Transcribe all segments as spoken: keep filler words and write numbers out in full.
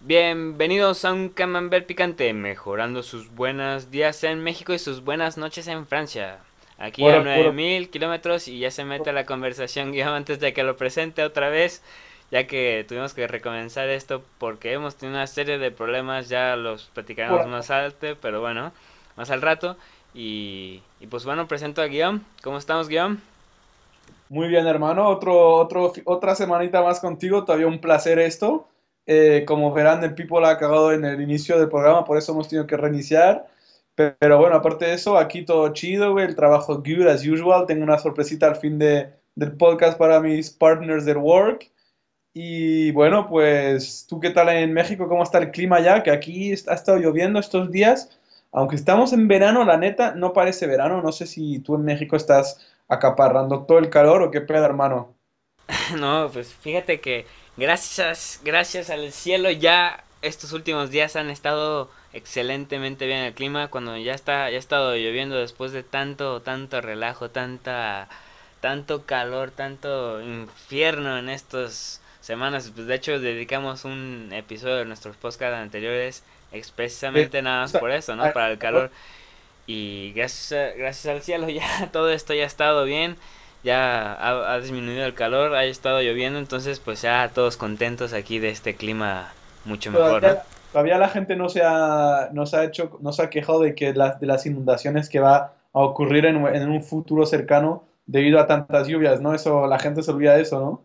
Bienvenidos a un camembert picante, mejorando sus buenos días en México y sus buenas noches en Francia. Aquí What a up, what nueve up? mil kilómetros y ya se mete a la conversación guión antes de que lo presente otra vez, ya que tuvimos que recomenzar esto porque hemos tenido una serie de problemas, ya los platicaremos What más alto, pero bueno, más al rato. Y, y pues bueno, presento a Guillaume. ¿Cómo estamos, Guillaume? Muy bien, hermano. Otro, otro, otra semanita más contigo. Todavía un placer esto. Eh, como verán, el People ha acabado en el inicio del programa, por eso hemos tenido que reiniciar. Pe- Pero bueno, aparte de eso, aquí todo chido, güey. El trabajo good as usual. Tengo una sorpresita al fin de, del podcast para mis partners del work. Y bueno, pues, ¿tú qué tal en México? ¿Cómo está el clima ya? Que aquí est- ha estado lloviendo estos días. Aunque estamos en verano, la neta, no parece verano. No sé si tú en México estás acaparrando todo el calor o qué pedo, hermano. No, pues fíjate que gracias, gracias al cielo ya estos últimos días han estado excelentemente bien el clima cuando ya está ya ha estado lloviendo después de tanto tanto relajo, tanta tanto calor, tanto infierno en estas semanas. Pues de hecho dedicamos un episodio de nuestros podcasts anteriores Eh, expresamente nada más está- por eso, ¿no? ah, Para el calor. Y gracias, a- gracias al cielo ya todo esto ya ha estado bien, ya ha, ha disminuido el calor, ha estado lloviendo, entonces pues ya todos contentos aquí de este clima mucho mejor, ¿no? Todavía, todavía la gente no se ha, no se ha hecho, no se ha quejado de que las, de las inundaciones que va a ocurrir en, en un futuro cercano debido a tantas lluvias, ¿no? Eso, la gente se olvida de eso, ¿no?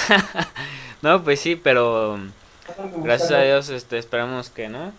No, pues sí, pero Tratan de gracias buscar a lo- Dios este, esperamos que no.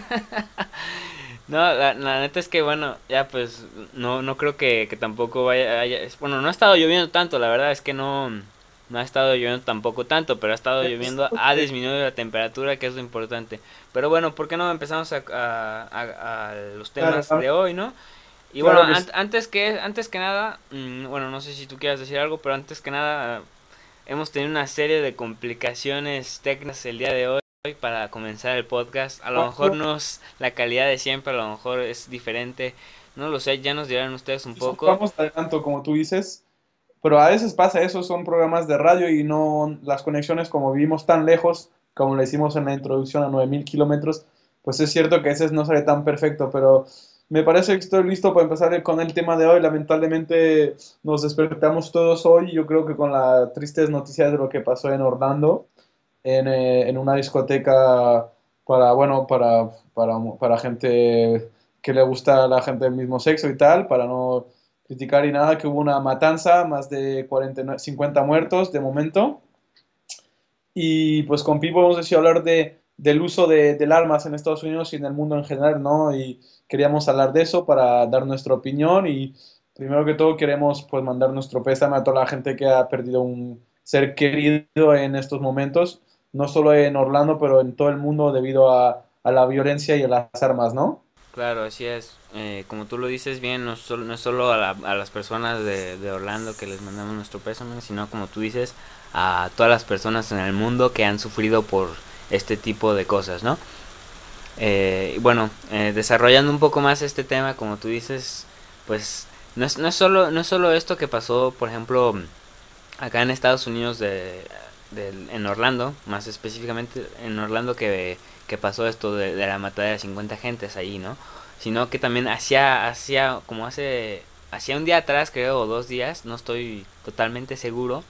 No, la, la neta es que bueno, ya pues no, no creo que, que tampoco vaya, haya- es- bueno, no ha estado lloviendo tanto, la verdad es que no, no ha estado lloviendo tampoco tanto, pero ha estado lloviendo, ha disminuido la temperatura, que es lo importante. Pero bueno, ¿por qué no empezamos a, a, a- a los Claro, temas de hoy, no? Y bueno, claro que an- sí. antes que, antes que nada, mm, bueno, no sé si tú quieras decir algo, pero antes que nada, hemos tenido una serie de complicaciones técnicas el día de hoy para comenzar el podcast. A lo mejor no es la calidad de siempre, a lo mejor es diferente. No lo sé, ya nos dirán ustedes un Quizás poco. vamos adelanto, como tú dices, pero a veces pasa eso, son programas de radio y no las conexiones como vivimos tan lejos, como le hicimos en la introducción a nueve mil kilómetros, pues es cierto que a veces no sale tan perfecto, pero me parece que estoy listo para empezar con el tema de hoy. Lamentablemente nos despertamos todos hoy, yo creo que con las tristes noticias de lo que pasó en Orlando, en, eh, en una discoteca para, bueno, para, para, para gente que le gusta a la gente del mismo sexo y tal, para no criticar y nada, que hubo una matanza, más de cuarenta y nueve cincuenta muertos de momento. Y pues con Pipo hemos decidido hablar de, del uso de, del armas en Estados Unidos y en el mundo en general, ¿no? Y queríamos hablar de eso para dar nuestra opinión y primero que todo queremos pues mandar nuestro pésame a toda la gente que ha perdido un ser querido en estos momentos, no solo en Orlando, pero en todo el mundo debido a, a la violencia y a las armas, ¿no? Claro, así es. Eh, como tú lo dices bien, no, solo, no es solo a, la- a las personas de, de Orlando que les mandamos nuestro pésame, sino como tú dices, a todas las personas en el mundo que han sufrido por este tipo de cosas, ¿no? Eh, bueno, eh, desarrollando un poco más este tema, como tú dices, pues no es, no es solo no es solo esto que pasó, por ejemplo, acá en Estados Unidos de, de- en Orlando, más específicamente en Orlando que, que pasó esto de, de la matada de cincuenta gentes ahí, ¿no? Sino que también hacía hacía como hace hacía un día atrás, creo, o dos días, no estoy totalmente seguro.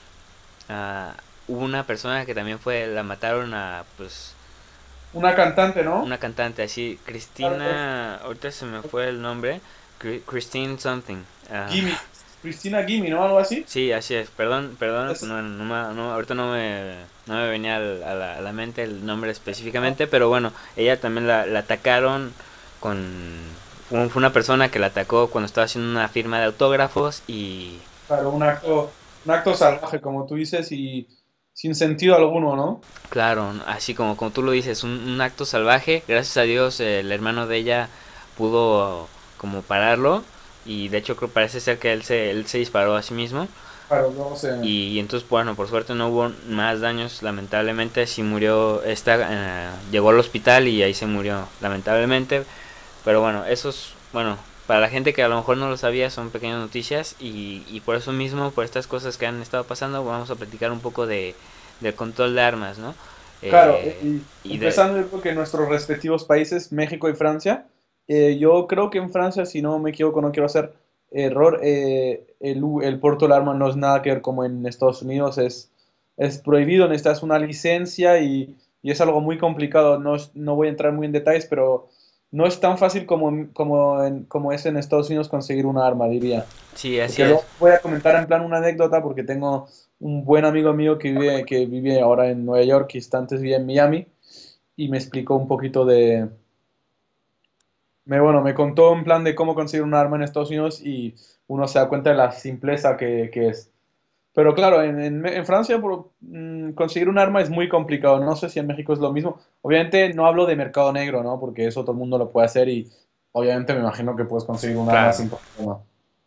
ah, Hubo una persona que también fue la mataron a pues Una cantante, ¿no? una cantante así, Cristina, ahorita se me fue el nombre, Cri- Christine something. ah, Gimme, Cristina Gimme, ¿no? Algo así. sí, así es, perdón, perdón, Es- no, no, me- no, ahorita no me, no me venía al- a la, a la mente el nombre específicamente, pero bueno, ella también la, la atacaron con... Fue fue una persona que la atacó cuando estaba haciendo una firma de autógrafos y... Claro, un acto, un acto salvaje, como tú dices, y sin sentido alguno, ¿no? Claro, así como, como tú lo dices, un, un acto salvaje. Gracias a Dios el hermano de ella pudo como pararlo y de hecho creo parece ser que él se, él se disparó a sí mismo Claro, luego se... y, y entonces bueno, por suerte no hubo más daños, lamentablemente sí murió esta, eh, llegó al hospital y ahí se murió lamentablemente, pero bueno, esos, bueno, para la gente que a lo mejor no lo sabía son pequeñas noticias y, y por eso mismo, por estas cosas que han estado pasando, vamos a platicar un poco de, del control de armas, ¿no? Claro, Eh, y y de, empezando yo creo que en nuestros respectivos países, México y Francia, eh, yo creo que en Francia, si no me equivoco, no quiero hacer error, eh, el, u- el porto del arma no es nada que ver como en Estados Unidos, es, es prohibido, necesitas una licencia y, y es algo muy complicado, no, es- no voy a entrar muy en detalles, pero no es tan fácil como, en- como, en- como es en Estados Unidos conseguir una arma, diría. sí, así Porque es. luego voy a comentar en plan una anécdota porque tengo un buen amigo mío que vive, que vive ahora en Nueva York y está antes vivía en Miami y me explicó un poquito de, me, bueno, me contó en plan de cómo conseguir un arma en Estados Unidos y uno se da cuenta de la simpleza que, que es. Pero claro, en, en- en Francia por, mm, conseguir un arma es muy complicado. No sé si en México es lo mismo. Obviamente no hablo de mercado negro, ¿no? Porque eso todo el mundo lo puede hacer y obviamente me imagino que puedes conseguir un arma Claro. sin problema.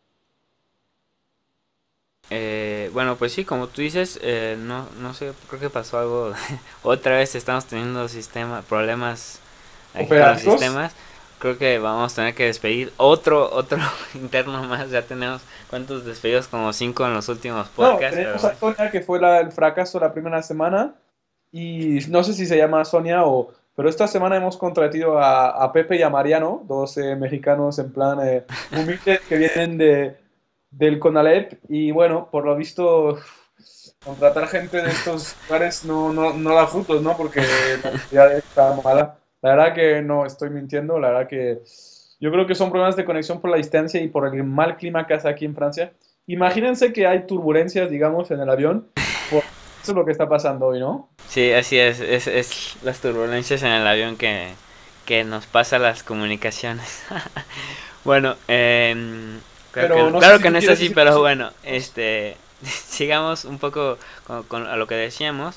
Eh, bueno, pues sí, como tú dices, eh, no, no sé, creo que pasó algo. Otra vez estamos teniendo sistema, problemas aquí con los ¿Operativos? sistemas. Creo que vamos a tener que despedir otro, otro interno más. Ya tenemos, ¿cuántos despedidos? Como cinco en los últimos No, podcasts, pero tenemos a bueno. Sonia, que fue la- el fracaso la primera semana, y no sé si se llama Sonia o... Pero esta semana hemos contratado a, a Pepe y a Mariano, dos eh, mexicanos en plan eh, humildes que vienen de, del CONALEP, y bueno, por lo visto, contratar gente de estos lugares no, no, no da frutos, ¿no? Porque la calidad está mala. La verdad que no estoy mintiendo, la verdad que yo creo que son problemas de conexión por la distancia y por el mal clima que hace aquí en Francia. Imagínense que hay turbulencias, digamos, en el avión. Por eso es lo que está pasando hoy, ¿no? Sí, así es, es, es las turbulencias en el avión que, que nos pasa las comunicaciones. Bueno, em, claro Pero que, no sé claro si que tú no es quieres así, decir pero tus bueno, opiniones. este, sigamos un poco con, con a lo que decíamos.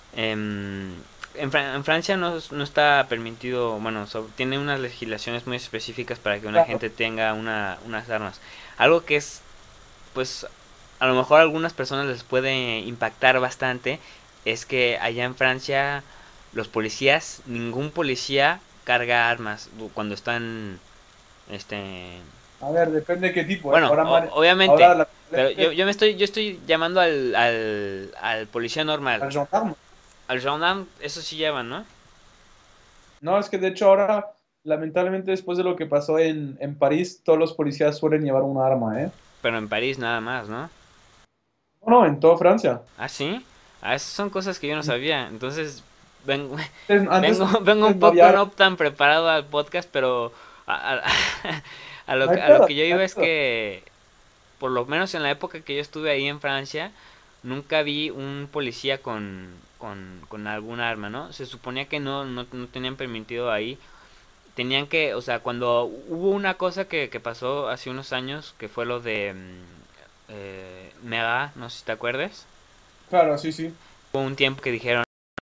Em, en, Fra- en Francia no, no está permitido, bueno, so- tiene unas legislaciones muy específicas para que una Claro, gente tenga una, unas armas. Algo que es, pues, a lo mejor a algunas personas les puede impactar bastante, es que allá en Francia los policías, ningún policía carga armas cuando están, este, a ver, depende de qué tipo, ¿eh? bueno, Ahora, o- Mar- obviamente, ahora la pero yo, yo me estoy, yo estoy llamando al, al, al policía normal. al gendarme. Al gendarme, eso sí llevan, ¿no? No, es que de hecho ahora, lamentablemente después de lo que pasó en, en París, todos los policías suelen llevar un arma, ¿eh? Pero en París nada más, ¿no? No, no, en toda Francia. Ah, sí. Ah, esas son cosas que yo no sabía. Entonces, vengo, Antes, antes vengo, vengo un no poco había, no tan preparado al podcast, pero a, a- a lo, no que- hay a lo pedo, que yo no hay iba es pedo. que, por lo menos en la época que yo estuve ahí en Francia, nunca vi un policía con, con, con algún arma, ¿no? Se suponía que no, no, no tenían permitido ahí. Tenían que, o sea, cuando hubo una cosa que, que pasó hace unos años, que fue lo de mm, eh, Mega, no sé si te acuerdas. Claro, sí, sí. Hubo un tiempo que dijeron,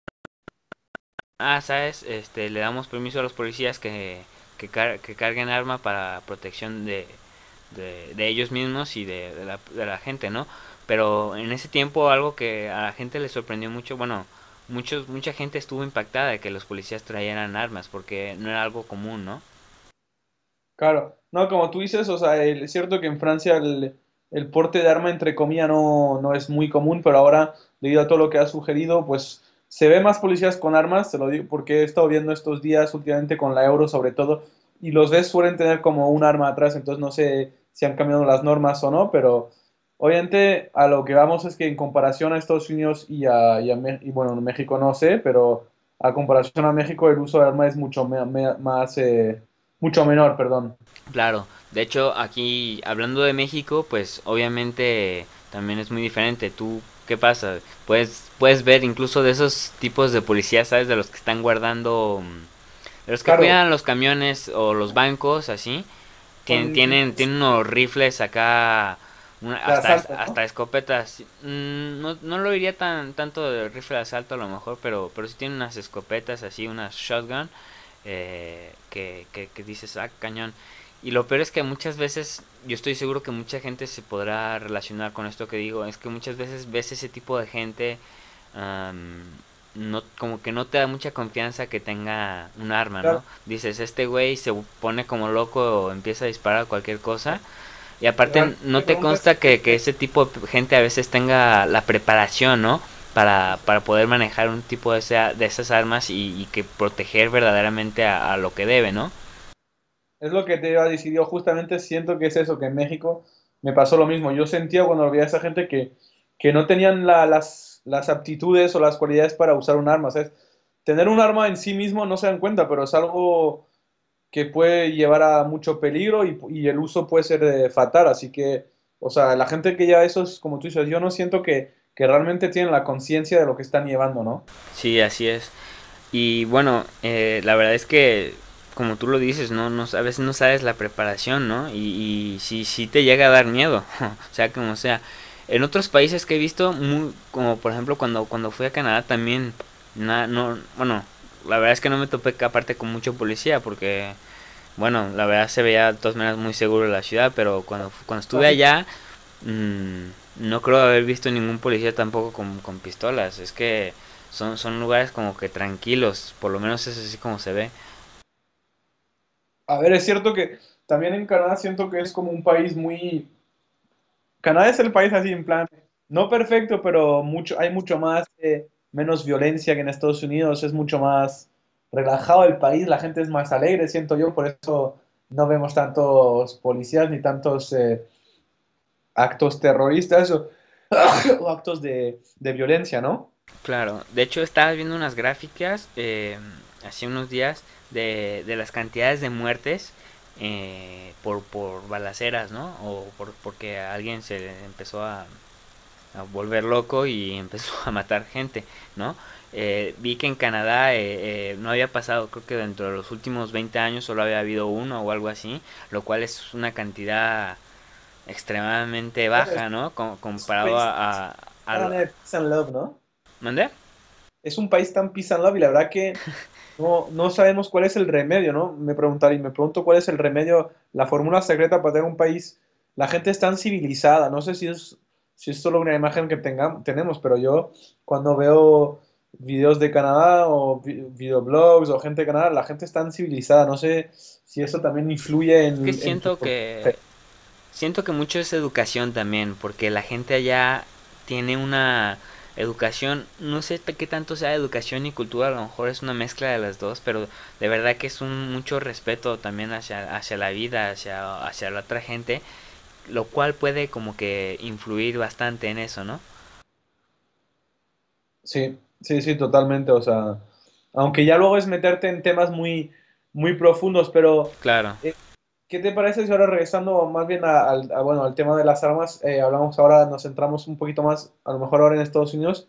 ah, sabes, este, le damos permiso a los policías que, que, car- que carguen arma para protección de, de, de ellos mismos y de, de la, de la gente, ¿no? Pero en ese tiempo algo que a la gente le sorprendió mucho, bueno, muchos, mucha gente estuvo impactada de que los policías trajeran armas porque no era algo común, ¿no? Claro, no, como tú dices, o sea, el- es cierto que en Francia el, el porte de arma, entre comillas, no, no es muy común, pero ahora, debido a todo lo que has sugerido, pues se ve más policías con armas, te lo digo porque he estado viendo estos días últimamente con la Euro sobre todo, y los ves suelen tener como un arma atrás, entonces no sé si han cambiado las normas o no, pero obviamente a lo que vamos es que en comparación a Estados Unidos y a, y a Me- y bueno, en México no sé, pero a comparación a México el uso de arma es mucho me- me- más... eh, mucho menor, perdón. Claro, de hecho aquí hablando de México, pues obviamente también es muy diferente. Tú, ¿qué pasa? Puedes, puedes ver incluso de esos tipos de policías, ¿sabes? De los que están guardando, mm, de los que Claro, cuidan los camiones o los bancos, así. con Tienen, tienen, rifles tienen unos rifles acá, una- de hasta, asalto, ¿no? hasta escopetas. Mm, no, no lo diría tan, tanto de rifle de asalto a lo mejor, pero, pero sí tienen unas escopetas así, unas shotgun, eh, que, que, que dices, ah, cañón. Y lo peor es que muchas veces, yo estoy seguro que mucha gente se podrá relacionar con esto que digo, es que muchas veces ves ese tipo de gente, am, no, como que no te da mucha confianza que tenga un arma, Claro, ¿no? Dices, este güey se pone como loco o empieza a disparar cualquier cosa. Y aparte realmente no te te preguntas, consta que, que ese tipo de gente a veces tenga la preparación, ¿no? para, para poder manejar un tipo de, esa, de esas armas y, y que proteger verdaderamente a, a lo que debe, ¿no? Es lo que te iba a decir. Yo justamente siento que es eso, que en México me pasó lo mismo. Yo sentía cuando veía a esa gente que, que no tenían la- las, las aptitudes o las cualidades para usar un arma, ¿sabes? Tener un arma en sí mismo no se dan cuenta, pero es algo que puede llevar a mucho peligro y, y el uso puede ser eh, fatal. Así que, o sea, la gente que lleva eso es como tú dices, yo no siento que, que realmente tienen la conciencia de lo que están llevando, ¿no? Sí, así es. Y bueno, eh, la verdad es que, como tú lo dices, no, no a veces no sabes la preparación, ¿no? Y, y sí, sí te llega a dar miedo, o sea, como sea. En otros países que he visto, muy, como por ejemplo cuando, cuando fui a Canadá también, na- no, bueno, la verdad es que no me topé que aparte con mucho policía, porque, bueno, la verdad se veía de todas maneras muy seguro la ciudad, pero cuando, cuando estuve Así, allá, mmm, no creo haber visto ningún policía tampoco con, con pistolas. Es que son, son lugares como que tranquilos, por lo menos es así como se ve. a ver, es cierto que también en Canadá siento que es como un país muy. Canadá es el país así en plan, no perfecto, pero mucho, hay mucho más, eh, menos violencia que en Estados Unidos, es mucho más relajado el país, la gente es más alegre, siento yo, por eso no vemos tantos policías ni tantos eh, actos terroristas o, o actos de, de violencia, ¿no? Claro, de hecho estaba viendo unas gráficas eh, hace unos días de, de las cantidades de muertes eh, por, por balaceras, ¿no? O por, porque a alguien se le empezó a, a volver loco y empezó a matar gente, ¿no? Eh, vi que en Canadá eh, eh, no había pasado, creo que dentro de los últimos veinte años solo había habido uno o algo así, lo cual es una cantidad extremadamente Es, baja, ¿no? Com- es un comparado país a... a, tan a- eh, peace and love, ¿no? ¿Mandé? Es un país tan peace and love y la verdad que no, no sabemos cuál es el remedio, ¿no? Me preguntaría, y me pregunto cuál es el remedio, la fórmula secreta para tener un país. La gente es tan civilizada, no sé si es, si es solo una imagen que tengamos, tenemos, pero yo cuando veo videos de Canadá o vi- videoblogs o gente de Canadá, la gente es tan civilizada, no sé si eso también influye Es que en, en tu... siento que siento que mucho es educación también, porque la gente allá tiene una educación, no sé qué tanto sea educación y cultura, a lo mejor es una mezcla de las dos, pero de verdad que es un mucho respeto también hacia, hacia la vida, hacia, hacia la otra gente, lo cual puede como que influir bastante en eso, ¿no? Sí, sí, sí, totalmente, o sea, aunque ya luego es meterte en temas muy, muy profundos, pero... Claro. eh, ¿qué te parece si ahora regresando más bien a- al, a, bueno, al tema de las armas, eh, hablamos ahora, nos centramos un poquito más, a lo mejor ahora en Estados Unidos?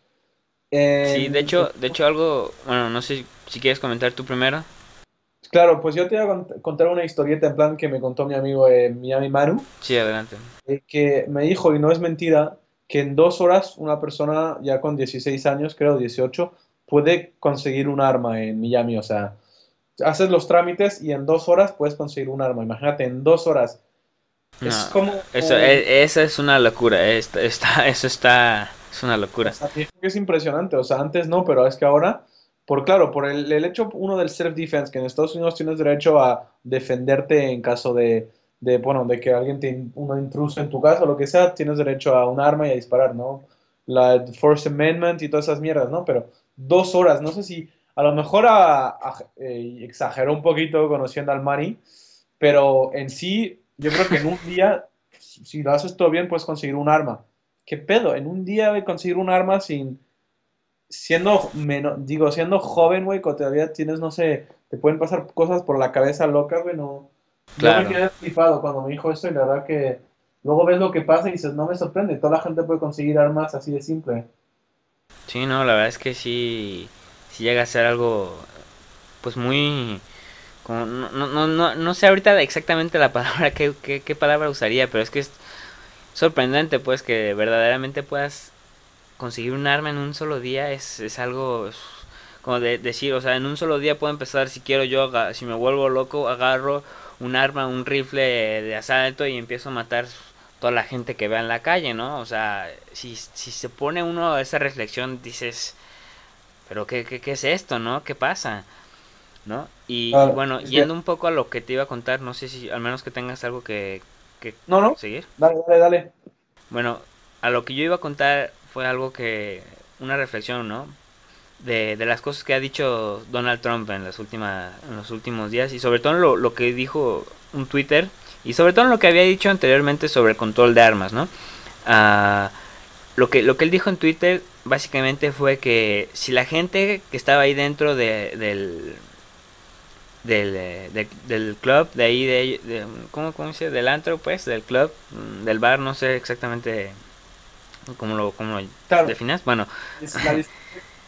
Sí, de En- en- hecho, de hecho algo, bueno, no sé si quieres comentar tú primero. claro, pues yo te voy a cont- contar una historieta en plan que me contó mi amigo eh, Miami Manu, Sí, adelante. eh, que me dijo, y no es mentira, que en dos horas una persona ya con dieciséis años, creo dieciocho, puede conseguir un arma en Miami, o sea, haces los trámites y en dos horas puedes conseguir un arma, imagínate, en dos horas. Es No, como... eso, e- esa es una locura, eh, está, está- eso está, es una O locura. sea, dijo que es impresionante. O sea, antes no, pero es que ahora, por claro, por el, el hecho uno del self-defense, que en Estados Unidos tienes derecho a defenderte en caso de, de, bueno, de que alguien te, in- un intruso en tu casa o lo que sea, tienes derecho a un arma y a disparar, ¿no? La First Amendment y todas esas mierdas, ¿no? Pero dos horas, no sé si, a lo mejor a, a- eh, exageró un poquito conociendo al Manny, pero en sí, yo creo que en un día, si lo haces todo bien, puedes conseguir un arma. ¿Qué pedo? En un día, güey, conseguir un arma sin, siendo, meno- digo, siendo joven, güey, cuando todavía tienes, no sé, te pueden pasar cosas por la cabeza loca, güey, no. Yo me Claro. quedé flipado cuando me dijo eso y la verdad que luego ves lo que pasa y dices, no me sorprende, toda la gente puede conseguir armas así de simple. Sí, no, la verdad es que sí, sí llega a ser algo, pues muy, como, no, no, no, no, no sé ahorita exactamente la palabra, qué, qué, qué palabra usaría, pero es que es sorprendente, pues, que verdaderamente puedas conseguir un arma en un solo día, es, es algo, es como de decir, o sea, en un solo día puedo empezar, si quiero yo, aga- si me vuelvo loco, agarro un arma, un rifle de asalto y empiezo a matar toda la gente que vea en la calle, ¿no? O sea, si, si se pone uno a esa reflexión, dices, pero ¿qué, qué, qué es esto, no? ¿Qué pasa? ¿No? Y, y Claro, bueno, es que, yendo un poco a lo que te iba a contar, no sé si al menos que tengas algo que, que no, no, seguir. dale, dale, dale. Bueno, a lo que yo iba a contar fue algo que una reflexión, ¿no? De, de las cosas que ha dicho Donald Trump en las últimas en los últimos días y sobre todo lo, lo que dijo un Twitter y sobre todo lo que había dicho anteriormente sobre el control de armas, ¿no? Ah, lo que lo que él dijo en Twitter básicamente fue que si la gente que estaba ahí dentro de, del del, eh, de- del club de ahí de, de ¿cómo, cómo se dice? Del antro, pues, del club, mm, del bar, no sé exactamente cómo lo cómo lo Claro, definas. Bueno, es la dis-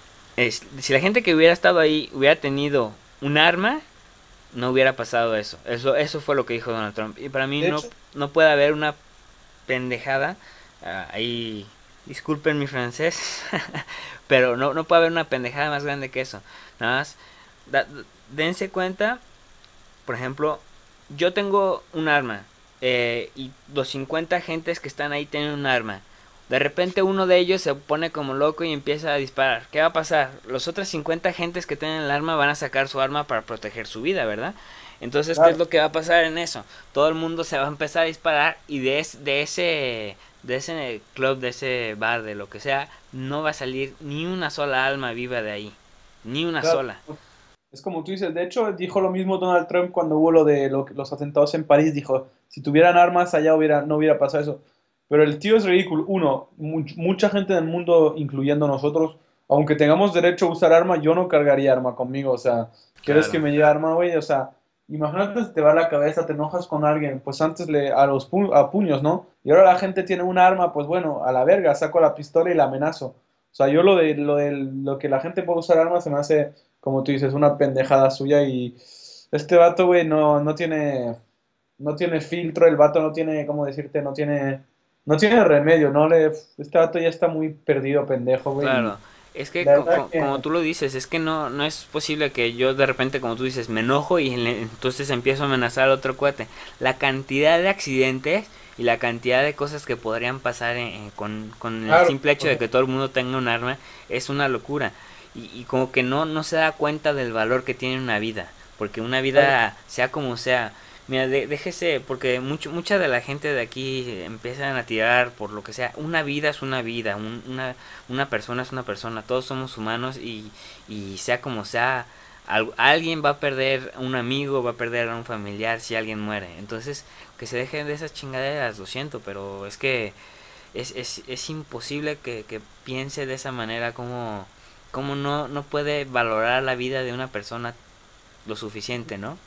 es- si la gente que hubiera estado ahí hubiera tenido un arma, no hubiera pasado eso. Eso eso fue lo que dijo Donald Trump. Y para mí de no hecho, no puede haber una pendejada, ah, ahí disculpen mi francés, pero no no puede haber una pendejada más grande que eso. Nada más da- dense cuenta, por ejemplo, yo tengo un arma, eh, y los cincuenta agentes que están ahí tienen un arma. De repente uno de ellos se pone como loco y empieza a disparar. ¿Qué va a pasar? Los otros cincuenta agentes que tienen el arma van a sacar su arma para proteger su vida, ¿verdad? Entonces, ¿qué es claro, lo que va a pasar en eso? Todo el mundo se va a empezar a disparar y de, es- de ese de ese club, de ese bar, de lo que sea, no va a salir ni una sola alma viva de ahí. Ni una claro. sola. Es como tú dices, de hecho dijo lo mismo Donald Trump cuando hubo lo de lo- los atentados en París, dijo, si tuvieran armas allá hubiera, no hubiera pasado eso. Pero el tío es ridículo. Uno, much- mucha gente en el mundo, incluyendo nosotros, aunque tengamos derecho a usar arma, yo no cargaría arma conmigo. O sea, ¿quieres que Claro, me lleve arma, güey? O sea, imagínate si te va la cabeza, te enojas con alguien, pues antes le a los pu- a puños, ¿no? Y ahora la gente tiene un arma, pues bueno, a la verga, saco la pistola y la amenazo. O sea, yo lo de lo de lo que la gente puede usar armas se me hace como tú dices, una pendejada suya y este vato, güey, no, no tiene, no tiene filtro, el vato no tiene, ¿cómo decirte? No tiene, no tiene remedio, ¿no? Le, este vato ya está muy perdido, pendejo, güey, y claro. Es que la co- verdad co- que, como tú lo dices, es que no, no es posible que yo de repente, como tú dices, me enojo y le- entonces empiezo a amenazar a otro cuate. La cantidad de accidentes y la cantidad de cosas que podrían pasar en- en- con, con el claro, simple hecho o de sea, que todo el mundo tenga un arma es una locura. Y, y como que no, no se da cuenta del valor que tiene una vida. Porque una claro, vida, sea como sea, mira, de- déjese, porque mucho, mucha de la gente de aquí empiezan a tirar por lo que sea. Una vida es una vida, un- una, una persona es una persona, todos somos humanos y, y sea como sea, al- alguien va a perder a un amigo, va a perder a un familiar si alguien muere. Entonces, que se dejen de esas chingaderas, lo siento, pero es que es, es, es imposible que, que piense de esa manera como, como no, no puede valorar la vida de una persona lo suficiente, ¿no?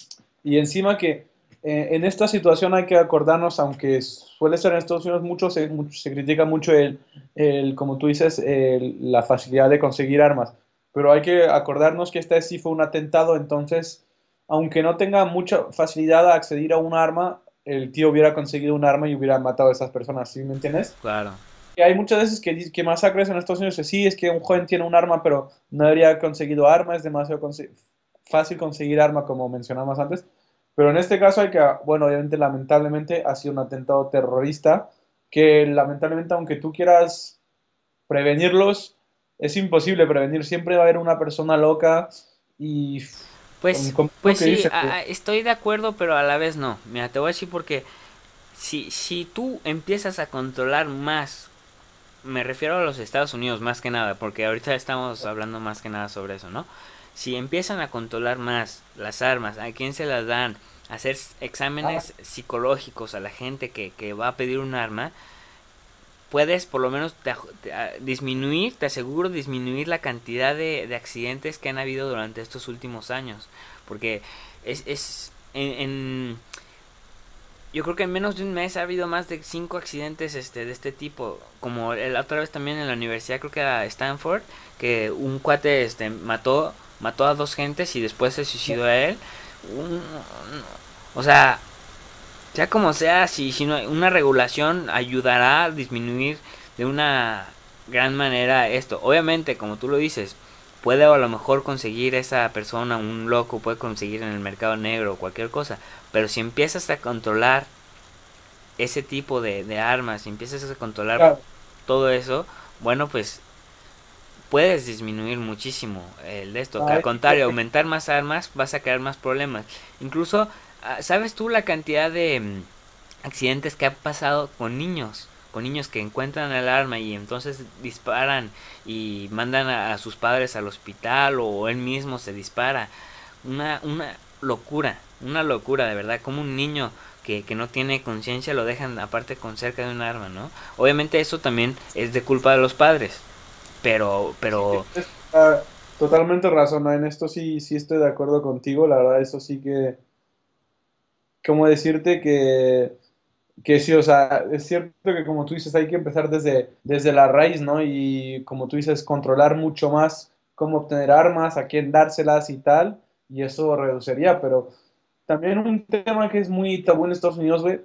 y encima que eh, en esta situación hay que acordarnos, aunque suele ser en Estados Unidos mucho, se, mucho- se critica mucho el, el, como tú dices, el- la facilidad de conseguir armas, pero hay que acordarnos que este sí fue un atentado, entonces, aunque no tenga mucha facilidad a acceder a un arma, el tío hubiera conseguido un arma y hubiera matado a esas personas, ¿sí me entiendes? Claro, Que hay muchas veces que, dic- que masacres en Estados Unidos, sí, es que un joven tiene un arma, pero no habría conseguido arma, es demasiado conse- fácil conseguir arma, como mencionamos antes. Pero en este caso hay que, bueno, obviamente, lamentablemente, ha sido un atentado terrorista, que lamentablemente, aunque tú quieras prevenirlos, es imposible prevenir. Siempre va a haber una persona loca y con, pues, con lo pues que sí, dice, a- a- estoy de acuerdo, pero a la vez no. Mira, te voy a decir porque si, si tú empiezas a controlar más, me refiero a los Estados Unidos más que nada, porque ahorita estamos hablando más que nada sobre eso, ¿no? Si empiezan a controlar más las armas, a quién se las dan, hacer ah, exámenes psicológicos a la gente que, que va a pedir un arma, puedes por lo menos te, te, a, disminuir, te aseguro disminuir la cantidad de, de accidentes que han habido durante estos últimos años. Porque es, es en, en yo creo que en menos de un mes ha habido más de cinco accidentes este de este tipo, como la otra vez también en la universidad, creo que era Stanford, que un cuate este mató mató a dos gentes y después se suicidó a él. Un- o sea, sea como sea, si, si no, una regulación ayudará a disminuir de una gran manera esto. Obviamente, como tú lo dices, puede a lo mejor conseguir esa persona, un loco, puede conseguir en el mercado negro o cualquier cosa. Pero si empiezas a controlar ese tipo de, de armas, si empiezas a controlar claro, todo eso, bueno, pues puedes disminuir muchísimo el de esto. Que ah, al contrario, aumentar más armas vas a crear más problemas. Incluso, ah, ¿sabes tú la cantidad de mm, accidentes que ha pasado con niños? con niños que encuentran el arma y entonces disparan y mandan a, a sus padres al hospital o él mismo se dispara. Una, una locura, una locura de verdad, como un niño que, que no tiene conciencia lo dejan aparte con cerca de un arma, ¿no? Obviamente eso también es de culpa de los padres, pero, Sí, pero, tienes ah, totalmente razón, ¿no? En esto sí, sí estoy de acuerdo contigo, la verdad, eso sí que, ¿cómo decirte que, que sí, o sea, es cierto que como tú dices, hay que empezar desde, desde la raíz, ¿no? Y como tú dices, controlar mucho más cómo obtener armas, a quién dárselas y tal, y eso reduciría, pero también un tema que es muy tabú en Estados Unidos, güey,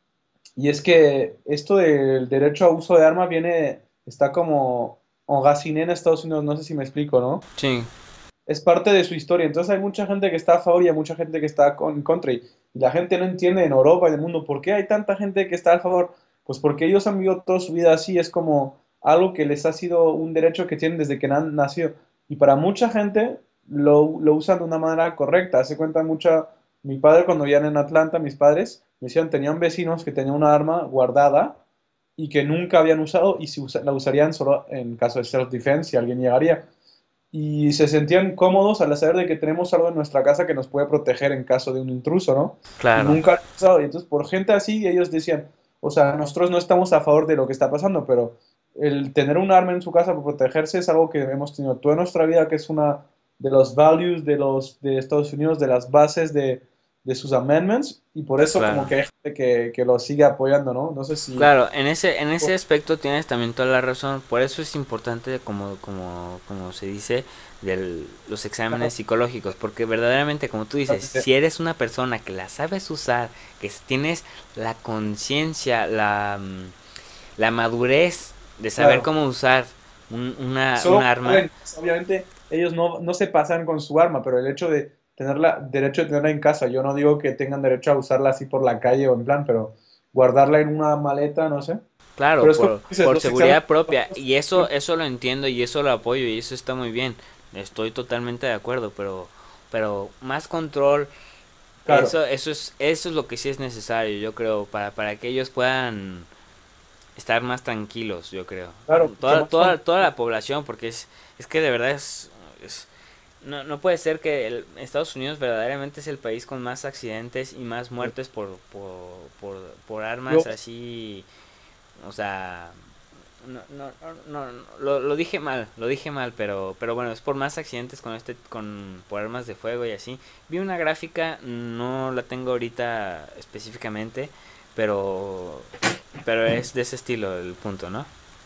y es que esto del derecho a uso de armas viene, está como enraciné en Estados Unidos, no sé si me explico, ¿no? sí, Es parte de su historia. Entonces hay mucha gente que está a favor y hay mucha gente que está con, en contra. Y la gente no entiende en Europa y en el mundo por qué hay tanta gente que está a favor. Pues porque ellos han vivido toda su vida así. Es como algo que les ha sido un derecho que tienen desde que han nacido. Y para mucha gente lo, lo usan de una manera correcta. Se cuenta mucha. Mi padre, cuando vivían en Atlanta, mis padres me decían, tenían vecinos que tenían una arma guardada y que nunca habían usado y si usa- la usarían solo en caso de self-defense si alguien llegaría y se sentían cómodos al saber de que tenemos algo en nuestra casa que nos puede proteger en caso de un intruso, ¿no? Y claro. nunca lo han usado. Y entonces, por gente así, ellos decían, o sea, nosotros no estamos a favor de lo que está pasando, pero el tener un arma en su casa para protegerse es algo que hemos tenido toda nuestra vida, que es una de los values de los de Estados Unidos, de las bases de, de sus amendments, y por eso como Claro. que hay gente que, que lo sigue apoyando, ¿no? No sé si... Claro, en ese, en ese aspecto tienes también toda la razón. Por eso es importante, como, como, como se dice, de los exámenes psicológicos. Porque verdaderamente, como tú dices, si eres una persona que la sabes usar, que tienes la conciencia, la, mm, la madurez de saber Claro. cómo usar un, una, un Solo, arma, pueden, obviamente, ellos no, no se pasan con su arma, pero el hecho de tenerla, derecho de tenerla en casa, yo no digo que tengan derecho a usarla así por la calle o en plan, pero guardarla en una maleta, no sé. claro, Pero es como por, dices, por los exámenes. seguridad propia. Y eso, eso lo entiendo y eso lo apoyo y eso está muy bien. Estoy totalmente de acuerdo, pero, pero más control. Claro, Eso, eso es, eso es lo que sí es necesario, yo creo, para, para que ellos puedan estar más tranquilos, yo creo. claro, mucho Toda, más toda, con. toda la población, porque es, es que de verdad es, es- no, no puede ser que el- Estados Unidos verdaderamente es el país con más accidentes y más muertes por, por, por, por armas Luego, así, o sea, no, no, no, no, lo, lo dije mal, lo dije mal, pero, pero bueno, es por más accidentes con este, con, por armas de fuego y así. Vi una gráfica, no la tengo ahorita específicamente, pero, pero es de ese estilo el punto, ¿no?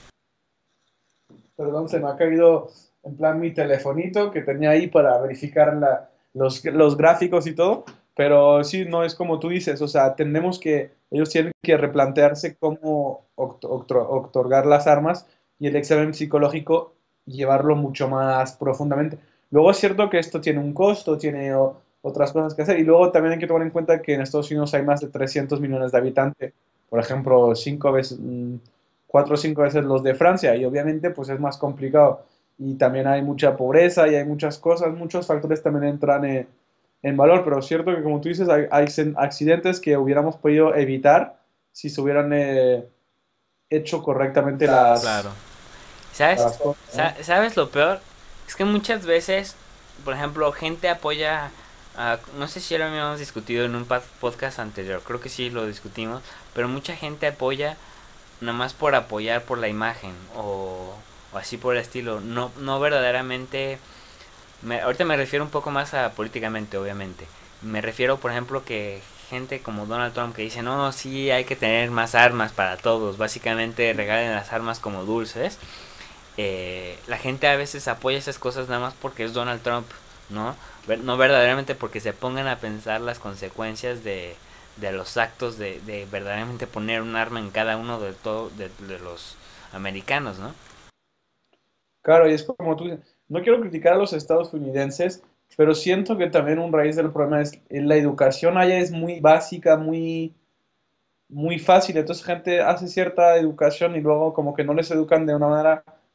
perdón, se me ha caído en plan mi telefonito que tenía ahí para verificar la- los, los gráficos y todo, pero sí, no es como tú dices, o sea, tenemos que, ellos tienen que replantearse cómo oct- octro- otorgar las armas y el examen psicológico llevarlo mucho más profundamente. Luego es cierto que esto tiene un costo, tiene o- otras cosas que hacer y luego también hay que tomar en cuenta que en Estados Unidos hay más de trescientos millones de habitantes, por ejemplo, cinco veces, mm, cuatro o cinco veces los de Francia y obviamente pues es más complicado y también hay mucha pobreza y hay muchas cosas, muchos factores también entran en, en valor, pero es cierto que como tú dices hay, hay accidentes que hubiéramos podido evitar si se hubieran eh, hecho correctamente las, Claro. ¿Sabes? las cosas, Sa- ¿no? ¿Sabes lo peor? Es que muchas veces, por ejemplo, gente apoya, a- no sé si ya lo habíamos discutido en un pa- podcast anterior, creo que sí lo discutimos, pero mucha gente apoya nada más por apoyar por la imagen o, o así por el estilo, no, no verdaderamente, me, ahorita me refiero un poco más a políticamente, obviamente, me refiero por ejemplo que gente como Donald Trump que dice, no, sí, hay que tener más armas para todos, básicamente regalen las armas como dulces, eh, la gente a veces apoya esas cosas nada más porque es Donald Trump, ¿no? No verdaderamente porque se pongan a pensar las consecuencias de, de los actos de, de verdaderamente poner un arma en cada uno de, todo, de, de los americanos, ¿no? Claro, y es como tú dices, no quiero criticar a los estadounidenses, pero siento que también un raíz del problema es eh, la educación allá es muy básica, muy muy fácil. Entonces, gente hace cierta educación y luego como que no les educan de una manera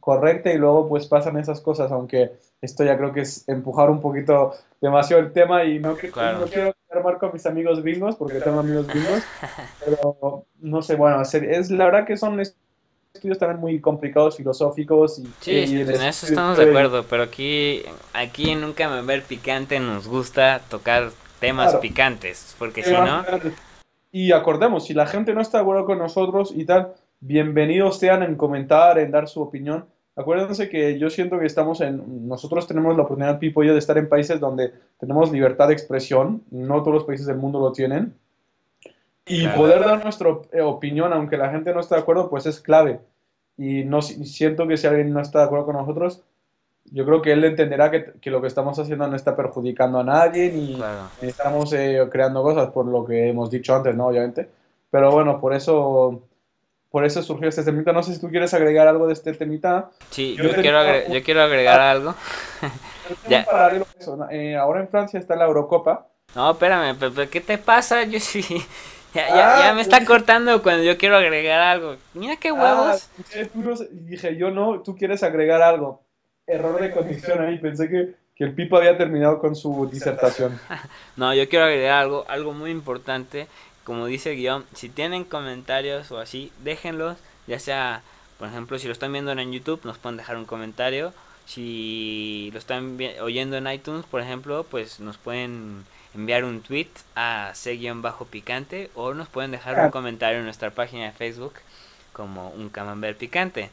correcta y luego pues pasan esas cosas, aunque esto ya creo que es empujar un poquito demasiado el tema y no, que- Claro. no quiero armar con mis amigos gringos porque tengo amigos gringos, pero no sé, bueno, es, es la verdad que son estudios también muy complicados, filosóficos y, Sí, y el en eso estudio estamos de de... acuerdo, pero aquí, aquí en Nunca Me Ver Picante nos gusta tocar temas Claro, picantes, porque si no, y acordemos, si la gente no está de acuerdo con nosotros y tal, bienvenidos sean en comentar, en dar su opinión. Acuérdense que yo siento que estamos en, nosotros tenemos la oportunidad, Pipo y yo, de estar en países donde tenemos libertad de expresión, no todos los países del mundo lo tienen, y claro. poder dar nuestra eh, opinión, aunque la gente no esté de acuerdo, pues es clave. Y no si- siento que si alguien no está de acuerdo con nosotros, yo creo que él entenderá que, que lo que estamos haciendo no está perjudicando a nadie ni, Claro. ni estamos eh, creando cosas por lo que hemos dicho antes, ¿no? Obviamente. Pero bueno, por eso, por eso surgió este temita. No sé si tú quieres agregar algo de este temita. Sí, Yo yo tenía quiero, agre- un, yo quiero agregar algo. yo tenía un Ya. paralelo a eso, ¿no? Eh, ahora en Francia está la Eurocopa. No, espérame, pero, pero ¿qué te pasa? Yo sí. Ya, ya, ya Ah, me está cortando cuando yo quiero agregar algo. Mira qué ah, huevos. escuché, tú no sé- y dije, yo no, tú quieres agregar algo. Error de conexión ahí. Pensé que, que el Pipo había terminado con su disertación. No, yo quiero agregar algo, algo muy importante. Como dice el guión, si tienen comentarios o así, déjenlos. Ya sea, por ejemplo, si lo están viendo en YouTube, nos pueden dejar un comentario. Si lo están vi- oyendo en iTunes, por ejemplo, pues nos pueden enviar un tweet a c-picante o nos pueden dejar un Ah, comentario en nuestra página de Facebook como un camembert picante.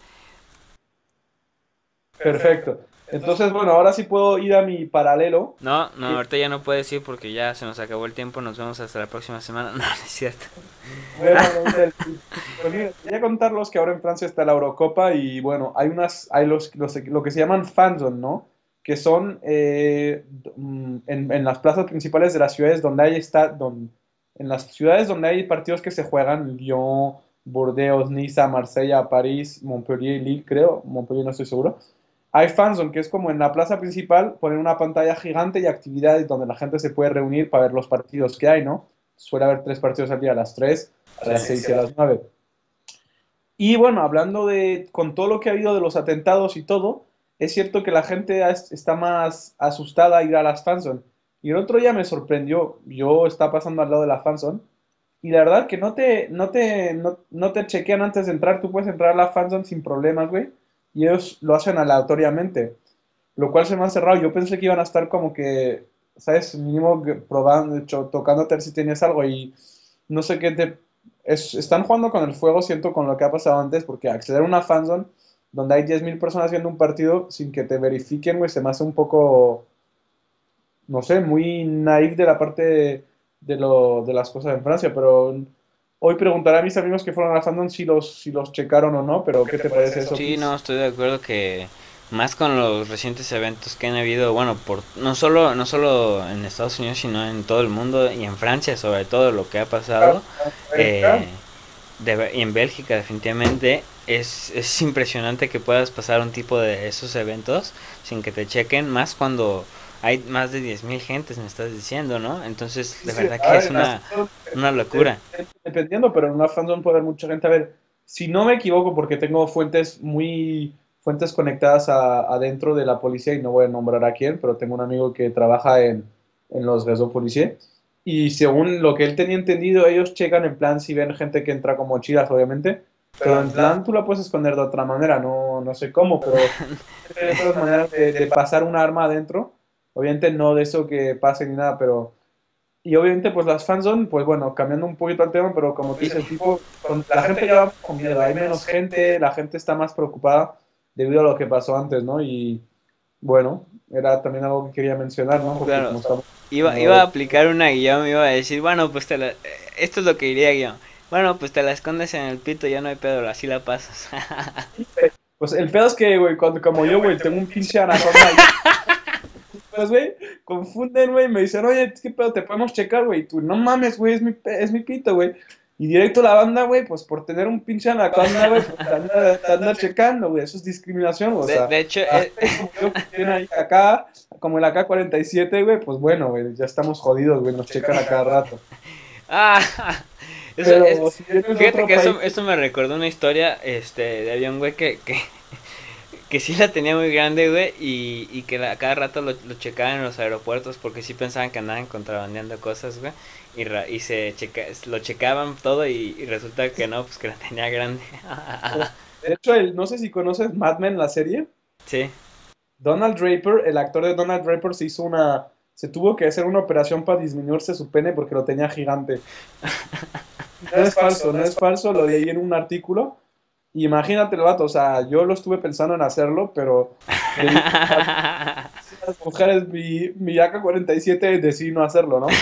perfecto. Entonces, bueno, ahora sí puedo ir a mi paralelo. No, no, Que, ahorita ya no puedes ir porque ya se nos acabó el tiempo. Nos vemos hasta la próxima semana. No, no es cierto. bueno, no sé, pues mira, quería contarlos que ahora en Francia está la Eurocopa y bueno, hay unas, hay los, los- lo que se llaman fanzone, ¿no? Que son eh, mm, en, en las plazas principales de las ciudades donde hay está, don- en las ciudades donde hay partidos que se juegan, Lyon, Burdeos, Niza, Marsella, París, Montpellier, Lille, creo, Montpellier no estoy seguro. Hay fanzone, que es como en la plaza principal, poner una pantalla gigante y actividades donde la gente se puede reunir para ver los partidos que hay, ¿no? Suele haber tres partidos al día, a las tres, a Sí. las seis y a las nueve. Y bueno, hablando de, con todo lo que ha habido de los atentados y todo, es cierto que la gente es- está más asustada a ir a las fanzone. Y el otro día me sorprendió, yo estaba pasando al lado de la fanzone, y la verdad que no te, no te, no, no te chequean antes de entrar, tú puedes entrar a la fanzone sin problemas, güey, y ellos lo hacen aleatoriamente, lo cual se me ha cerrado. Yo pensé que iban a estar como que, ¿sabes? Mínimo que probando, cho- tocándote a ver si tienes algo y no sé qué te... es- están jugando con el fuego, siento, con lo que ha pasado antes, porque acceder a una fanzone donde hay diez mil personas viendo un partido sin que te verifiquen, güey, se me hace un poco, no sé, muy naif de la parte de, de lo, de las cosas en Francia, pero hoy preguntaré a mis amigos que fueron a la fandom si los, si los checaron o no, pero ¿qué te parece eso, Sí, no, Chris? estoy de acuerdo que más con los recientes eventos que han habido, bueno, por no solo no solo en Estados Unidos, sino en todo el mundo y en Francia, sobre todo lo que ha pasado, eh, de- y en Bélgica definitivamente es, es impresionante que puedas pasar un tipo de esos eventos sin que te chequen, más cuando hay más de diez mil gentes, me estás diciendo, ¿no? Entonces, Sí, de sí, verdad a que ver, es en las una, fandom, una eh, locura. eh, dependiendo, pero en una fandom puede haber mucha gente. A ver, si no me equivoco, porque tengo fuentes muy, fuentes conectadas a, adentro de la policía, y no voy a nombrar a quién, pero tengo un amigo que trabaja en, en los réseaux policía, y según lo que él tenía entendido, ellos checan en plan si ven gente que entra con mochilas, obviamente, pero en plan tú la puedes esconder de otra manera, no, no sé cómo, pero hay otras maneras de, de pasar un arma adentro, obviamente no de eso que pase ni nada, pero... Y obviamente, pues las fanzone, pues bueno, cambiando un poquito el tema, pero como tú dices, tipo, con- la gente ya va con miedo, hay menos gente, la gente está más preocupada debido a lo que pasó antes, ¿no? Y bueno, era también algo que quería mencionar, ¿no? Porque Claro, como estamos iba, iba a como aplicar una guión, iba a decir, bueno, pues te la, eh, esto es lo que diría guión. Bueno, pues te la escondes en el pito, ya no hay pedo, así la pasas. pues el pedo es que, güey, cuando, como yo, güey, tengo un pinche anaconda ahí, pues, güey, confunden, güey, me dicen, oye, ¿qué pedo? ¿Te podemos checar, güey? Y tú, no mames, güey, es mi, pe- es mi pito, güey. Y directo la banda, güey, pues por tener un pinche anaconda, güey, pues te anda, te anda checando, güey, eso es discriminación, o De, sea, de hecho, la eh, gente como yo que tiene ahí acá, como el A K cuarenta y siete, güey, pues bueno, güey, ya estamos jodidos, güey, nos checan a cada rato. ah, eso es, Pero si vienes de fíjate otro que país, eso, eso me recordó una historia, este, de había un güey que, que, que sí la tenía muy grande, güey, y, y que la- a cada rato lo, lo checaban en los aeropuertos porque sí pensaban que andaban contrabandeando cosas, güey, y, ra- y se checa, lo checaban todo y, y resulta que no, pues que la tenía grande. De hecho, el, no sé si conoces Mad Men, la serie. Sí. Donald Draper, el actor de Donald Draper, se hizo una, se tuvo que hacer una operación para disminuirse su pene porque lo tenía gigante. No es falso, no es falso, lo leí en un artículo. Y imagínate el vato, o sea, yo lo estuve pensando en hacerlo, pero le di a las mujeres mi, mi A K cuarenta y siete y decidí no hacerlo, ¿no?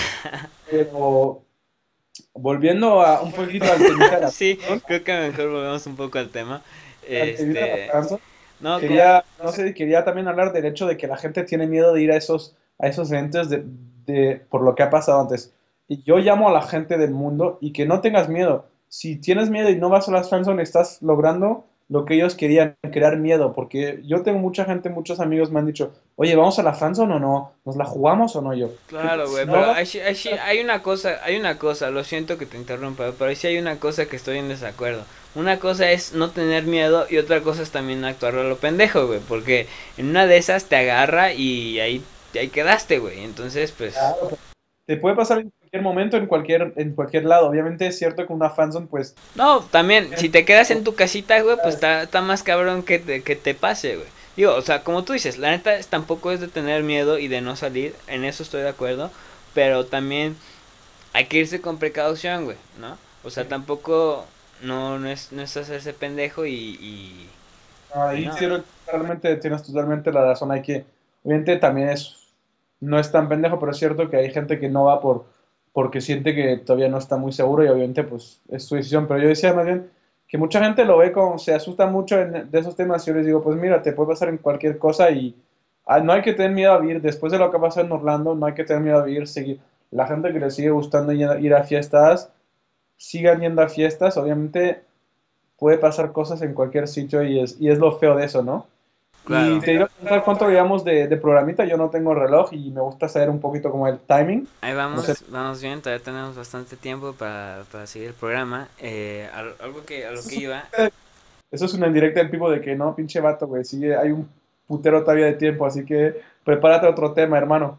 Pero volviendo a un poquito al temita de la Sí, Hanson, creo que mejor volvemos un poco al tema. al temita de Este, la Hanson, no, como, quería, no sé, quería también hablar del hecho de que la gente tiene miedo de ir a esos, a esos eventos de, de- por lo que ha pasado antes. Y yo llamo a la gente del mundo y que no tengas miedo. Si tienes miedo y no vas a las fanzone, estás logrando lo que ellos querían, crear miedo. Porque yo tengo mucha gente, muchos amigos me han dicho, oye, ¿vamos a la fanzone o no? ¿Nos la jugamos o no? Yo, ¿qué? claro, Si güey, no pero vas hay, sí- hay, sí- hay una cosa, hay una cosa, lo siento que te interrumpa, pero sí hay una cosa que estoy en desacuerdo. Una cosa es no tener miedo y otra cosa es también actuar a lo pendejo, güey, porque en una de esas te agarra y ahí, ahí quedaste, güey. Entonces, pues, a... Te puede pasar en cualquier momento, en cualquier, en cualquier lado. Obviamente es cierto que una fanzone, pues, no, también, si te quedas en tu casita, güey, pues está, está más cabrón que te, que te pase, güey. Digo, o sea, como tú dices, la neta es- tampoco es de tener miedo y de no salir, en eso estoy de acuerdo, pero también hay que irse con precaución, güey, ¿no? O sea, tampoco no, no es, no es hacerse pendejo y, y, y ahí no. sí, realmente tienes totalmente la razón. Hay que, obviamente también es, no es tan pendejo, pero es cierto que hay gente que no va por, porque siente que todavía no está muy seguro y obviamente pues es su decisión. Pero yo decía más bien que mucha gente lo ve como, se asusta mucho en- de esos temas y yo les digo, pues mira, te puede pasar en cualquier cosa y ah, no hay que tener miedo a vivir. Después de lo que pasó en Orlando, no hay que tener miedo a vivir, seguir. La gente que le sigue gustando ir a ir a fiestas, sigan yendo a fiestas, obviamente puede pasar cosas en cualquier sitio y es, y es lo feo de eso, ¿no? Y Claro. te iba a preguntar cuánto llevamos de, de programita, yo no tengo reloj y me gusta saber un poquito como el timing. Ahí No sé, vamos, vamos bien, todavía tenemos bastante tiempo para, para seguir el programa. Eh, al- algo que, a lo eso que es, iba. eso es una indirecta del tipo de que no, pinche vato, güey, sí, hay un putero todavía de tiempo, así que prepárate a otro tema, hermano.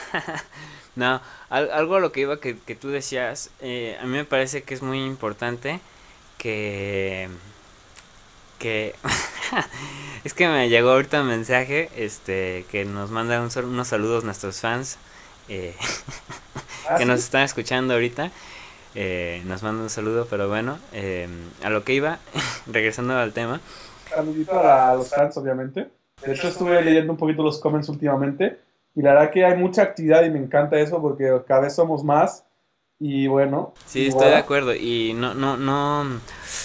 No, al- algo a lo que iba que, que tú decías, eh, a mí me parece que es muy importante que, que es que me llegó ahorita un mensaje, este, que nos manda un sal- unos saludos nuestros fans, eh, Ah, que nos sí, están escuchando ahorita, eh, nos manda un saludo, pero bueno, eh, a lo que iba, regresando al tema. saludito a, la- a los fans, obviamente. De hecho, estuve leyendo un poquito los comments últimamente y la verdad que hay mucha actividad y me encanta eso porque cada vez somos más y bueno, Sí, y estoy de voilà. acuerdo y no, no, no,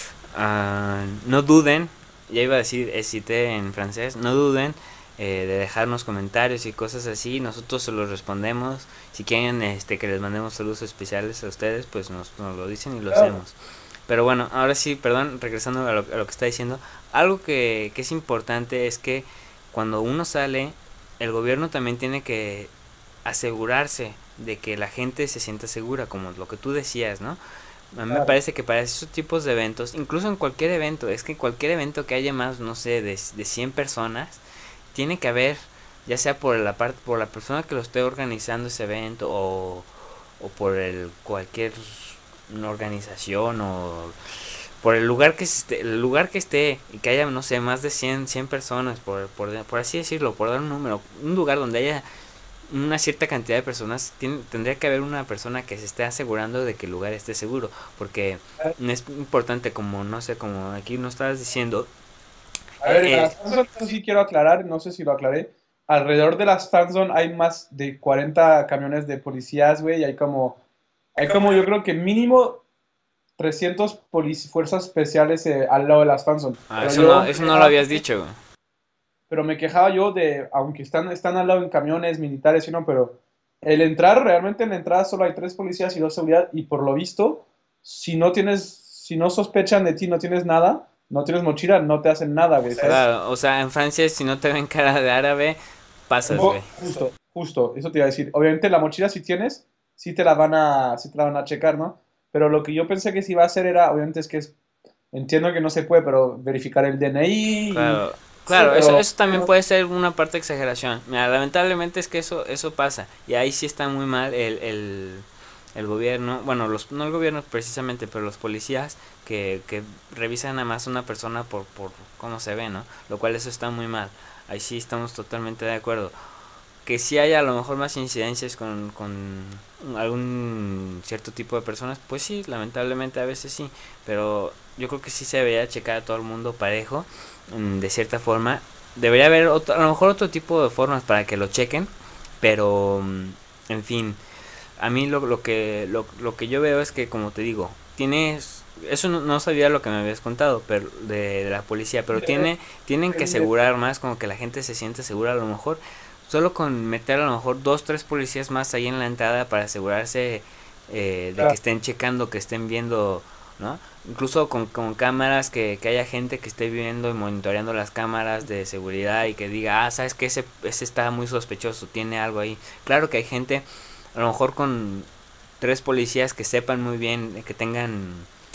ah, no duden, ya iba a decir excité en francés, no duden eh, de dejarnos comentarios y cosas así, nosotros se los respondemos, si quieren este que les mandemos saludos especiales a ustedes, pues nos, nos lo dicen y lo Claro. hacemos. Pero bueno, ahora sí, perdón, regresando a lo, a lo que está diciendo, algo que, que es importante es que cuando uno sale, el gobierno también tiene que asegurarse de que la gente se sienta segura, como lo que tú decías, ¿no? A mí me Claro. parece que para esos tipos de eventos, incluso en cualquier evento, es que cualquier evento que haya más, no sé, de, de cien personas, tiene que haber, ya sea por la parte, por la persona que lo esté organizando ese evento o, o por el cualquier organización o por el lugar que esté, el lugar que esté y que haya, no sé, más de cien cien personas, por, por, por así decirlo, por dar un número, un lugar donde haya una cierta cantidad de personas, tiene, tendría que haber una persona que se esté asegurando de que el lugar esté seguro, porque es importante, como no sé, como aquí no estabas diciendo, A ver, en eh, las fanzone, eso sí quiero aclarar, no sé si lo aclaré. Alrededor de las fanzone hay más de cuarenta camiones de policías, güey, y hay como, hay como yo creo que mínimo trescientos polic- fuerzas especiales eh, al lado de las fanzone. ah, Pero eso no, yo, eso no lo habías dicho, güey. pero me quejaba yo de, aunque están, están al lado en camiones militares y no, pero el entrar, realmente en la entrada solo hay tres policías y dos seguridad, y por lo visto, si no tienes, si no sospechan de ti, no tienes nada, no tienes mochila, no te hacen nada, güey, ¿sabes? Claro, o sea, en Francia si no te ven cara de árabe, pasas, güey. Bo- Justo, justo, eso te iba a decir. Obviamente la mochila si tienes, sí te la van a, sí te la van a checar, ¿no? Pero lo que yo pensé que se iba a hacer era, obviamente es que es, entiendo que no se puede, pero verificar el D N I y Claro, Claro, eso, Pero, eso también puede ser una parte de exageración. Mira, lamentablemente es que eso, eso pasa. Y ahí sí está muy mal el, el, el gobierno, bueno, los, no el gobierno precisamente, pero los policías que, que revisan nada más una persona por, por cómo se ve, ¿no? Lo cual eso está muy mal. Ahí sí estamos totalmente de acuerdo. Que sí haya a lo mejor más incidencias con, con algún cierto tipo de personas, pues sí, lamentablemente a veces sí, pero yo creo que sí se debería checar a todo el mundo parejo, mm, de cierta forma. Debería haber otro, a lo mejor otro tipo de formas para que lo chequen, pero mm, en fin, a mí lo, lo que lo, lo que yo veo es que, como te digo, tienes eso no, no sabía lo que me habías contado pero de, de la policía, pero tiene tienen que asegurar más, como que la gente se siente segura a lo mejor solo con meter a lo mejor dos tres policías más ahí en la entrada para asegurarse, eh, de que estén checando, que estén viendo, ¿no? Incluso con, con cámaras, que, que haya gente que esté viendo y monitoreando las cámaras de seguridad y que diga, ah, sabes que ese, ese está muy sospechoso, tiene algo ahí. Claro que hay gente, a lo mejor con tres policías que sepan muy bien, que tengan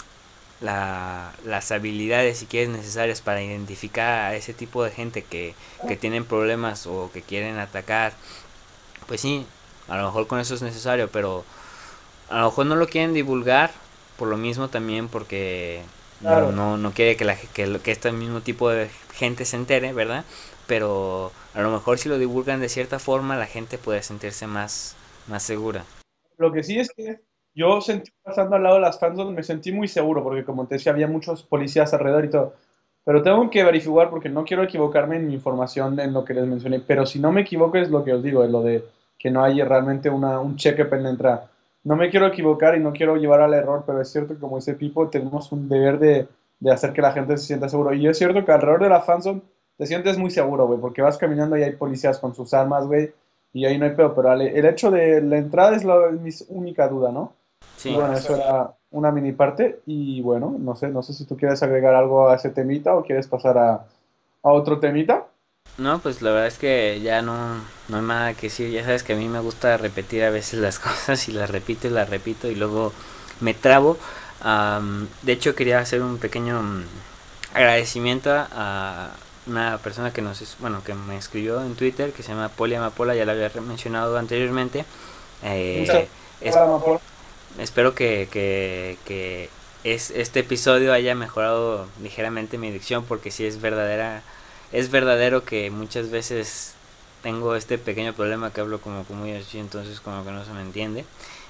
la, las habilidades, si quieres, necesarias para identificar a ese tipo de gente que, que tienen problemas o que quieren atacar, pues sí, a lo mejor con eso es necesario, pero a lo mejor no lo quieren divulgar por lo mismo también, porque claro. no, no quiere que, la, que, que este mismo tipo de gente se entere, ¿verdad? Pero a lo mejor si lo divulgan de cierta forma, la gente puede sentirse más, más segura. Lo que sí es que yo sentí pasando al lado de las fanzones, me sentí muy seguro, porque como te decía, había muchos policías alrededor y todo. Pero tengo que verificar porque no quiero equivocarme en mi información en lo que les mencioné. Pero si no me equivoco es lo que os digo, es lo de que no hay realmente una, un check-up en la entrada. No me quiero equivocar y no quiero llevar al error, pero es cierto que como dice Pipo, tenemos un deber de, de hacer que la gente se sienta seguro. Y es cierto que alrededor de la fanzone te sientes muy seguro, güey, porque vas caminando y hay policías con sus armas, güey, y ahí no hay pedo, pero ale- el hecho de la entrada es, la, es mi única duda, ¿no? Y Sí. bueno, eso era una mini parte. Y bueno, no sé, no sé si tú quieres agregar algo a ese temita o quieres pasar a, a otro temita. No, pues la verdad es que ya no, no hay nada que decir. Ya sabes que a mí me gusta repetir a veces las cosas y las repito y las repito y luego me trabo. Am, de hecho, quería hacer un pequeño mm, agradecimiento a una persona que nos, es- bueno, que me escribió en Twitter, que se llama Poli Amapola, ya la había mencionado anteriormente. Muchas Eh, es- gracias, Amapola. espero que, que, que es, este episodio haya mejorado ligeramente mi dicción, porque sí es verdadera, es verdadero que muchas veces tengo este pequeño problema que hablo como, como muy así, entonces como que no se me entiende.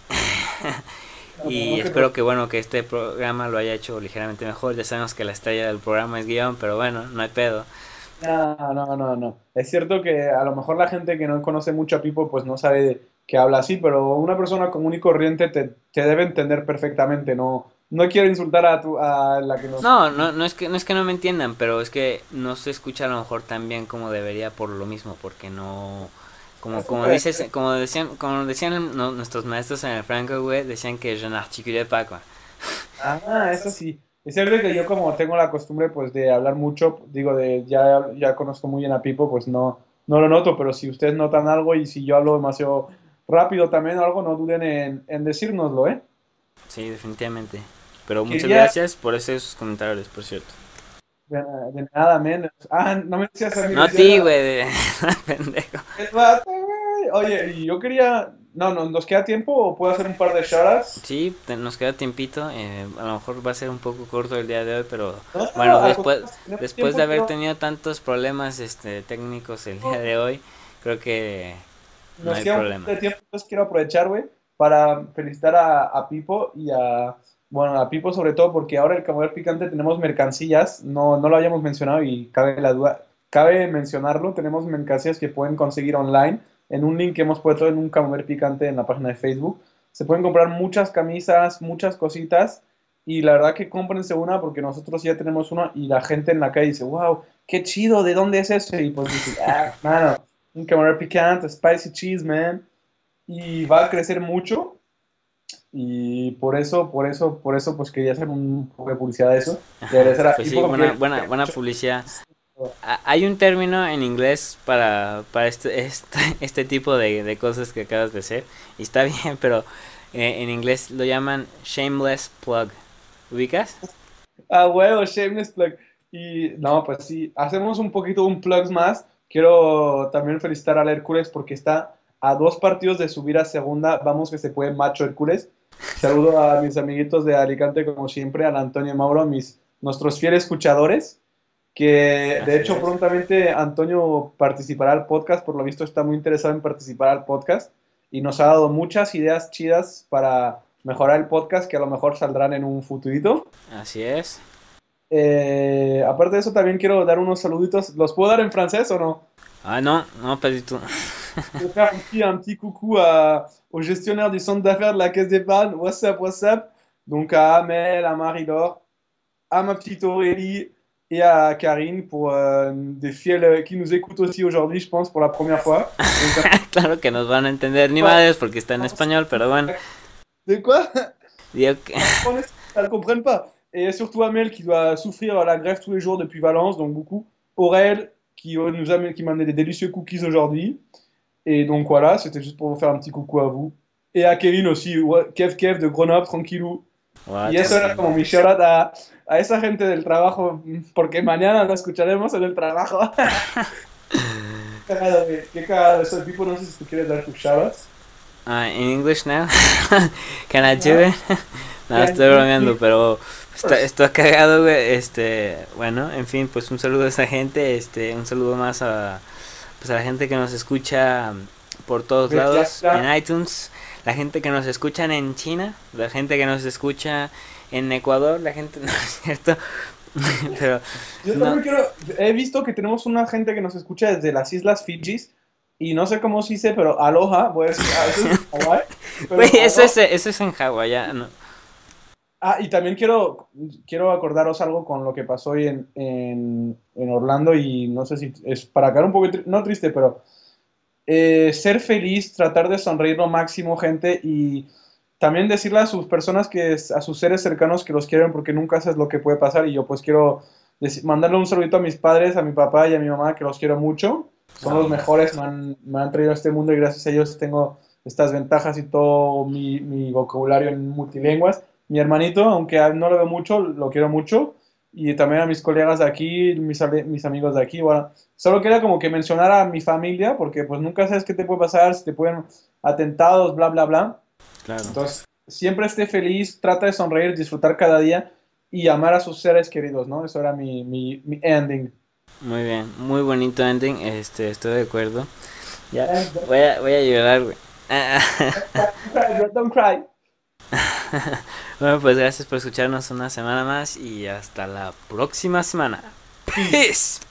No, no, Y no te espero preocupes. que bueno, que este programa lo haya hecho ligeramente mejor. Ya sabemos que la estrella del programa es guión, pero bueno, no hay pedo. No, no, no, no. Es cierto que a lo mejor la gente que no conoce mucho a Pipo pues no sabe que habla así, pero una persona común y corriente te, te debe entender perfectamente. No, no quiero insultar a, tu, a la que nos... No, no, no es que no es que no me entiendan, pero es que no se escucha a lo mejor tan bien como debería por lo mismo, porque no, como Eso como puede dices, ser. como decían, como decían no, nuestros maestros en el Franco, güey, decían que je n'articulais pas, quoi. Ah, eso sí. Es cierto que yo como tengo la costumbre pues de hablar mucho, digo, de ya, ya conozco muy bien a Pipo, pues no, no lo noto, pero si ustedes notan algo y si yo hablo demasiado rápido también o algo, no duden en, en decírnoslo, ¿eh? Sí, definitivamente. Pero muchas Quería, gracias por esos comentarios, por cierto. de, de nada menos. Ah, no me decías a mí, No le a decías ti, a... güey, de pendejo. El vato, güey. Oye, y yo quería... No, no, ¿nos queda tiempo o puedo hacer un par de shoutouts? Sí, te- nos queda tiempito. Eh, a lo mejor va a ser un poco corto el día de hoy, pero No, no, bueno, al después, contrario, si tenemos después de tiempo, haber quiero... tenido tantos problemas, este, técnicos el día de hoy, creo que no Nos hay queda un poquito problema. de tiempo, entonces quiero aprovechar, güey, para felicitar a, a Pipo y a, bueno, a Pipo sobre todo porque ahora el Camembert Picante tenemos mercancías, no, no lo habíamos mencionado y cabe la duda, cabe mencionarlo, tenemos mercancías que pueden conseguir online en un link que hemos puesto en un Camembert Picante en la página de Facebook. Se pueden comprar muchas camisas, muchas cositas y la verdad que cómprense una porque nosotros ya tenemos una y la gente en la calle dice, wow, qué chido, ¿de dónde es eso? Y pues dice, ah, mano, un camarón picante, spicy cheese, man. Y va a crecer mucho. Y por eso, por eso, por eso, pues quería hacer un poco de publicidad de eso. Y Ajá, agradecer a pues sí, Pipo buena, porque buena, tiene buena mucho. publicidad. Ha- Hay un término en inglés para, para este, este, este tipo de, de cosas que acabas de hacer. Y está bien, pero eh, en inglés lo llaman shameless plug. ¿Ubicas? Ah, huevo, shameless plug. Y no, pues sí, hacemos un poquito un plugs más. Quiero también felicitar al Hércules porque está a dos partidos de subir a segunda. Vamos que se puede, macho Hércules. Saludo a mis amiguitos de Alicante, como siempre, al Antonio y Mauro, mis, nuestros fieles escuchadores. Que de Así hecho es. prontamente Antonio participará al podcast, por lo visto está muy interesado en participar al podcast y nos ha dado muchas ideas chidas para mejorar el podcast que a lo mejor saldrán en un futurito. Así es. Eh, aparte de eso, también quiero dar unos saluditos. ¿Los puedo dar en francés o no? Ah, non, non, pas du tout. Je vais faire un petit, un petit coucou à- au gestionnaire du centre d'affaires de la Caisse d'Épargne. What's up, what's up? Donc à Amel, à Marie-Laure, à ma petite Aurélie et à Karine pour euh, des fidèles qui nous écoutent aussi aujourd'hui, je pense, pour la première fois. Donc, Claro que nos van a entender ni ouais. madres porque está en español, pero bueno. De quoi? Digo que... Elles ne comprennent pas. Et surtout Amel qui doit souffrir la grève tous les jours depuis Valence, donc beaucoup. Aurel qui euh, nous a qui m'a amené des délicieux cookies aujourd'hui. Et donc voilà, c'était juste pour vous faire un petit coucou à vous. Et à Kevin aussi, ouais, Kev Kev de Grenoble, tranquillo. What, Y eso era tranquilo. como mi shout out a, a esa gente del trabajo, porque mañana la escucharemos en el trabajo. Qué cagado, güey, qué cagado eso, tipo, no sé si tú quieres dar tus shout outs. Ah, in English now? Can I do ¿No? it? No, estoy bromeando, pero está, está cagado, güey. Este, bueno, en fin, pues un saludo a esa gente, este, un saludo más a, pues a la gente que nos escucha por todos lados en iTunes, la gente que nos escuchan en China, la gente que nos escucha en Ecuador, la gente, no es cierto, pero Yo no, también quiero, he visto que tenemos una gente que nos escucha desde las Islas Fijis, y no sé cómo se dice, pero aloha, voy a decir, a veces es Hawái, pero güey, eso aloha. es, eso es en Hawái, ya, no. Ah, y también quiero, quiero acordaros algo con lo que pasó hoy en, en, en Orlando, y no sé si es para quedar un poco, tri- no triste, pero eh, ser feliz, tratar de sonreír lo máximo, gente, y también decirle a sus personas que, a sus seres cercanos que los quieren, porque nunca sabes lo que puede pasar, y yo pues quiero deci- mandarle un saludito a mis padres, a mi papá y a mi mamá, que los quiero mucho, son los Oh, mejores, me han, me han traído a este mundo y gracias a ellos tengo estas ventajas y todo mi, mi vocabulario en multilenguas. Mi hermanito, aunque a él no lo veo mucho, lo quiero mucho, y también a mis colegas de aquí, mis, ale- mis amigos de aquí, bueno, solo quería como que mencionar a mi familia, porque pues nunca sabes qué te puede pasar, si te pueden atentados, bla, bla, bla. claro. Entonces, siempre esté feliz, trata de sonreír, disfrutar cada día y amar a sus seres queridos, ¿no? Eso era mi, mi, mi ending. Muy bien, muy bonito ending, este, estoy de acuerdo. Ya, And voy a, voy a llorar, güey. don't cry, don't cry. Bueno, pues gracias por escucharnos una semana más y hasta la próxima semana. Peace. Peace.